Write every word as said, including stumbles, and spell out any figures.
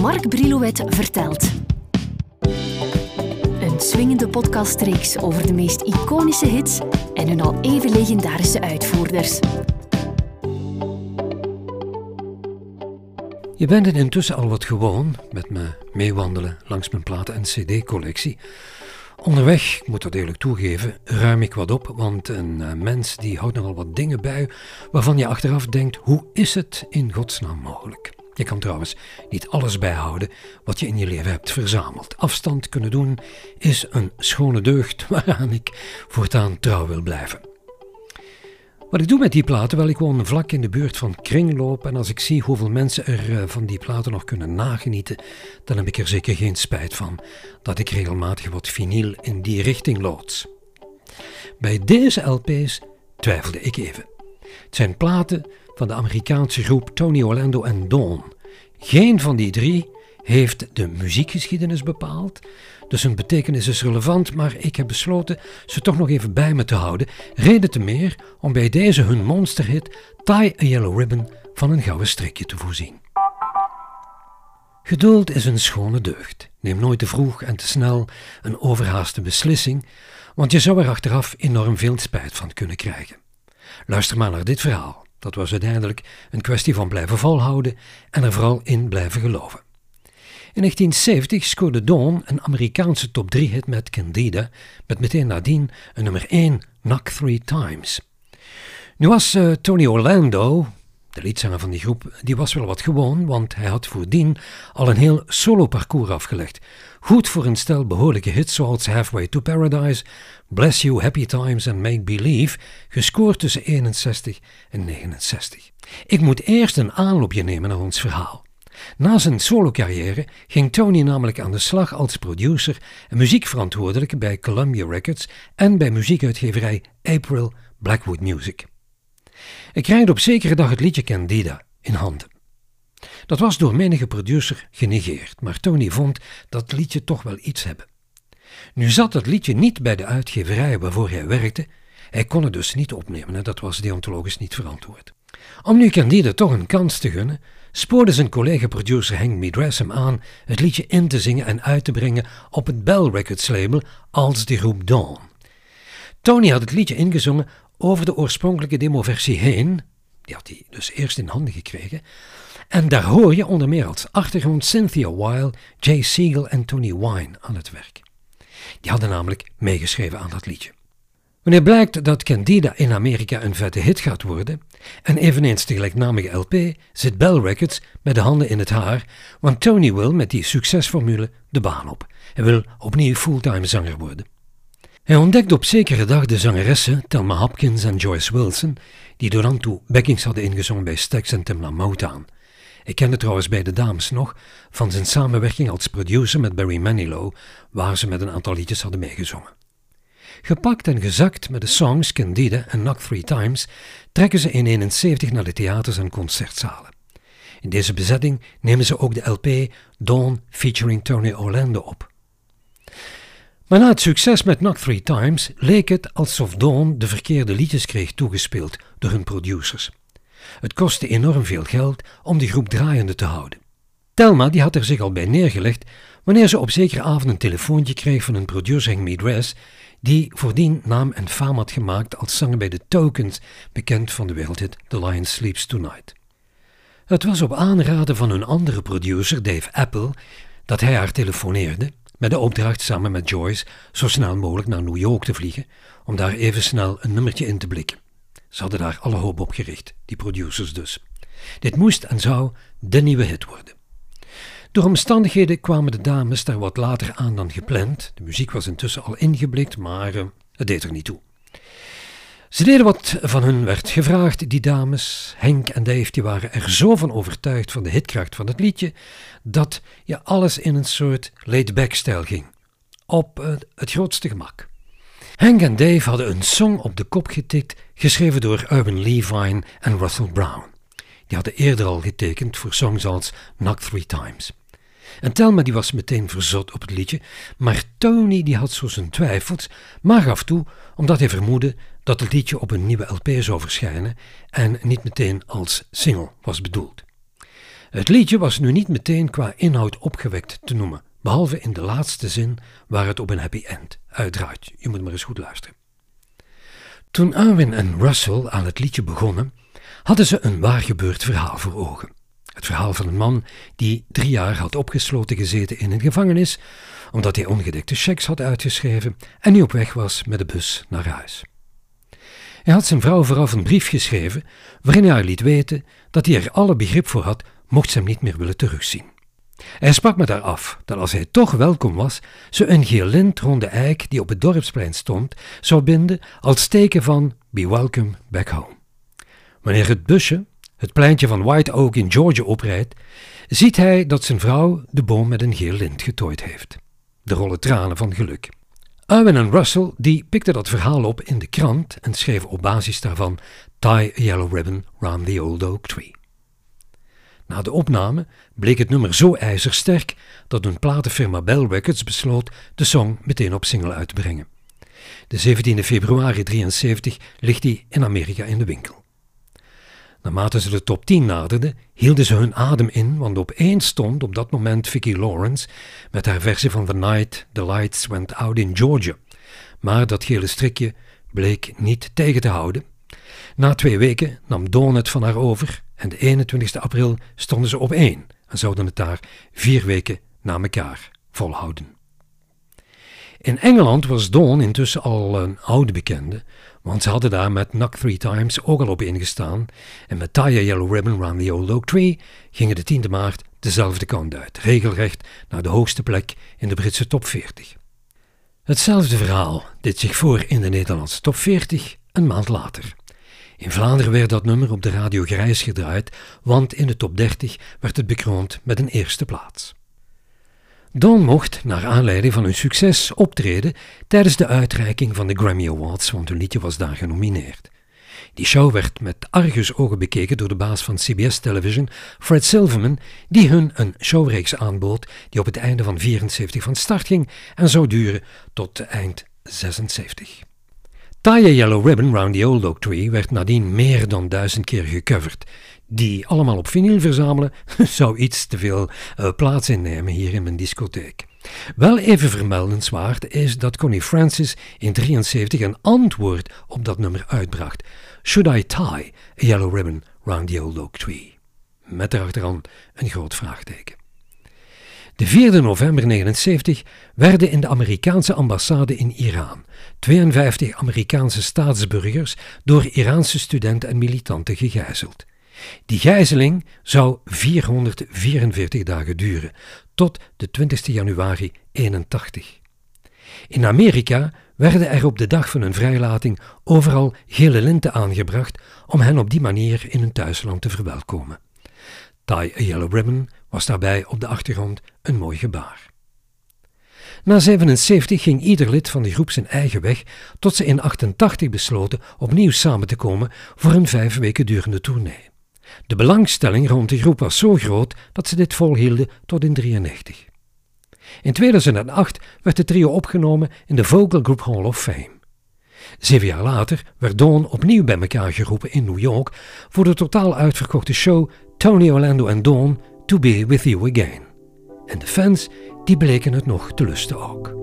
Mark Brilouet vertelt. Een swingende podcastreeks over de meest iconische hits en hun al even legendarische uitvoerders. Je bent het intussen al wat gewoon met me meewandelen langs mijn platen- en cd-collectie. Onderweg, ik moet dat eerlijk toegeven, ruim ik wat op, want een uh, mens die houdt nogal wat dingen bij waarvan je achteraf denkt, hoe is het in godsnaam mogelijk? Je kan trouwens niet alles bijhouden wat je in je leven hebt verzameld. Afstand kunnen doen is een schone deugd waaraan ik voortaan trouw wil blijven. Wat ik doe met die platen, wel, ik woon vlak in de buurt van Kringloop en als ik zie hoeveel mensen er uh, van die platen nog kunnen nagenieten, dan heb ik er zeker geen spijt van dat ik regelmatig wat vinyl in die richting loods. Bij deze L P's twijfelde ik even. Het zijn platen van de Amerikaanse groep Tony Orlando en Dawn. Geen van die drie heeft de muziekgeschiedenis bepaald, dus hun betekenis is relevant, maar ik heb besloten ze toch nog even bij me te houden. Reden te meer om bij deze hun monsterhit Tie a Yellow Ribbon van een gouden strikje te voorzien. Geduld is een schone deugd. Neem nooit te vroeg en te snel een overhaaste beslissing, want je zou er achteraf enorm veel spijt van kunnen krijgen. Luister maar naar dit verhaal. Dat was uiteindelijk een kwestie van blijven volhouden en er vooral in blijven geloven. In negentien zeventig scoorde Dawn een Amerikaanse top drie hit met Candida, met meteen nadien een nummer één Knock Three Times. Nu was uh, Tony Orlando, de liedzanger van die groep, die was wel wat gewoon, want hij had voordien al een heel solo-parcours afgelegd. Goed voor een stel behoorlijke hits zoals Halfway to Paradise, Bless You, Happy Times en Make Believe, gescoord tussen eenenzestig en negenenzestig. Ik moet eerst een aanloopje nemen naar ons verhaal. Na zijn solo-carrière ging Tony namelijk aan de slag als producer en muziekverantwoordelijke bij Columbia Records en bij muziekuitgeverij April Blackwood Music. Ik kreeg op zekere dag het liedje Candida in handen. Dat was door menige producer genegeerd, maar Tony vond dat het liedje toch wel iets hebben. Nu zat het liedje niet bij de uitgeverij waarvoor hij werkte, hij kon het dus niet opnemen en dat was deontologisch niet verantwoord. Om nu Candida toch een kans te gunnen, spoorde zijn collega-producer Hank Midras hem aan het liedje in te zingen en uit te brengen op het Bell Records label als de groep Dawn. Tony had het liedje ingezongen over de oorspronkelijke demoversie heen, die had hij dus eerst in handen gekregen, en daar hoor je onder meer als achtergrond Cynthia Weil, Jay Siegel en Tony Wine aan het werk. Die hadden namelijk meegeschreven aan dat liedje. Wanneer blijkt dat Candida in Amerika een vette hit gaat worden, en eveneens de gelijknamige L P, zit Bell Records met de handen in het haar, want Tony wil met die succesformule de baan op. Hij wil opnieuw fulltime zanger worden. Hij ontdekt op zekere dag de zangeressen Thelma Hopkins en Joyce Wilson, die door dan toe backings hadden ingezongen bij Stax en Timla Motown. Ik kende trouwens beide dames nog van zijn samenwerking als producer met Barry Manilow, waar ze met een aantal liedjes hadden meegezongen. Gepakt en gezakt met de songs Candida en Knock Three Times trekken ze in eenenzeventig naar de theaters en concertzalen. In deze bezetting nemen ze ook de L P Dawn featuring Tony Orlando op. Maar na het succes met Knock Three Times leek het alsof Dawn de verkeerde liedjes kreeg toegespeeld door hun producers. Het kostte enorm veel geld om die groep draaiende te houden. Thelma die had er zich al bij neergelegd wanneer ze op zekere avond een telefoontje kreeg van een producer Hank Midras, die voordien naam en faam had gemaakt als zanger bij de Tokens, bekend van de wereldhit The Lion Sleeps Tonight. Het was op aanraden van een andere producer, Dave Apple, dat hij haar telefoneerde, met de opdracht samen met Joyce zo snel mogelijk naar New York te vliegen, om daar even snel een nummertje in te blikken. Ze hadden daar alle hoop op gericht, die producers dus. Dit moest en zou de nieuwe hit worden. Door omstandigheden kwamen de dames daar wat later aan dan gepland. De muziek was intussen al ingeblikt, maar uh, het deed er niet toe. Ze deden wat van hun werd gevraagd, die dames. Henk en Dave die waren er zo van overtuigd van de hitkracht van het liedje, dat ja, alles in een soort laid-back-stijl ging. Op uh, het grootste gemak. Hank en Dave hadden een song op de kop getikt, geschreven door Urban Levine en Russell Brown. Die hadden eerder al getekend voor songs als Knock Three Times. En Thelma die was meteen verzot op het liedje, maar Tony die had zo zijn twijfels, maar gaf toe omdat hij vermoedde dat het liedje op een nieuwe L P zou verschijnen en niet meteen als single was bedoeld. Het liedje was nu niet meteen qua inhoud opgewekt te noemen, behalve in de laatste zin waar het op een happy end uitdraait. Je moet maar eens goed luisteren. Toen Irwin en Russell aan het liedje begonnen, hadden ze een waar gebeurd verhaal voor ogen. Het verhaal van een man die drie jaar had opgesloten gezeten in een gevangenis, omdat hij ongedekte checks had uitgeschreven en nu op weg was met de bus naar huis. Hij had zijn vrouw vooraf een brief geschreven waarin hij haar liet weten dat hij er alle begrip voor had mocht ze hem niet meer willen terugzien. Hij sprak met haar af dat als hij toch welkom was, ze een geel lint rond de eik die op het dorpsplein stond zou binden als teken van Be welcome back home. Wanneer het busje het pleintje van White Oak in Georgia oprijdt, ziet hij dat zijn vrouw de boom met een geel lint getooid heeft. Er rollen tranen van geluk. Irwin en Russell die pikten dat verhaal op in de krant en schreven op basis daarvan Tie a yellow ribbon round the old oak tree. Na de opname bleek het nummer zo ijzersterk dat hun platenfirma Bell Records besloot de song meteen op single uit te brengen. De zeventiende februari drieënzeventig ligt hij in Amerika in de winkel. Naarmate ze de top tien naderden, hielden ze hun adem in, want op één stond op dat moment Vicki Lawrence met haar versie van The Night the Lights Went Out in Georgia. Maar dat gele strikje bleek niet tegen te houden. Na twee weken nam Dawn het van haar over en de eenentwintigste april stonden ze op één en zouden het daar vier weken na elkaar volhouden. In Engeland was Dawn intussen al een oude bekende, want ze hadden daar met Knock Three Times ook al op ingestaan en met Tie a Yellow Ribbon Round the Old Oak Tree gingen de tiende maart dezelfde kant uit, regelrecht naar de hoogste plek in de Britse top veertig. Hetzelfde verhaal deed zich voor in de Nederlandse top veertig een maand later. In Vlaanderen werd dat nummer op de radio grijs gedraaid, want in de top dertig werd het bekroond met een eerste plaats. Dawn mocht, naar aanleiding van hun succes, optreden tijdens de uitreiking van de Grammy Awards, want hun liedje was daar genomineerd. Die show werd met argusogen bekeken door de baas van C B S Television, Fred Silverman, die hun een showreeks aanbood die op het einde van vierenzeventig van start ging en zou duren tot eind zesenzeventig. Tie a Yellow Ribbon Round the Old Oak Tree werd nadien meer dan duizend keer gecoverd. Die allemaal op vinyl verzamelen zou iets te veel uh, plaats innemen hier in mijn discotheek. Wel even vermeldenswaard is dat Connie Francis in drieënzeventig een antwoord op dat nummer uitbracht. Should I tie a yellow ribbon round the old oak tree? Met erachteraan een groot vraagteken. De vierde november negenenzeventig werden in de Amerikaanse ambassade in Iran tweeënvijftig Amerikaanse staatsburgers door Iraanse studenten en militanten gegijzeld. Die gijzeling zou vierhonderdvierenveertig dagen duren, tot de twintigste januari eenentachtig. In Amerika werden er op de dag van hun vrijlating overal gele linten aangebracht om hen op die manier in hun thuisland te verwelkomen. Tie a Yellow Ribbon was daarbij op de achtergrond een mooi gebaar. Na zevenenzeventig ging ieder lid van de groep zijn eigen weg, tot ze in achtentachtig besloten opnieuw samen te komen voor een vijf weken durende tournee. De belangstelling rond de groep was zo groot dat ze dit volhielden tot in drieënnegentig. In tweeduizend acht werd het trio opgenomen in de Vocal Group Hall of Fame. Zeven jaar later werd Dawn opnieuw bij elkaar geroepen in New York voor de totaal uitverkochte show Tony Orlando and Dawn To Be With You Again. En de fans die bleken het nog te lusten ook.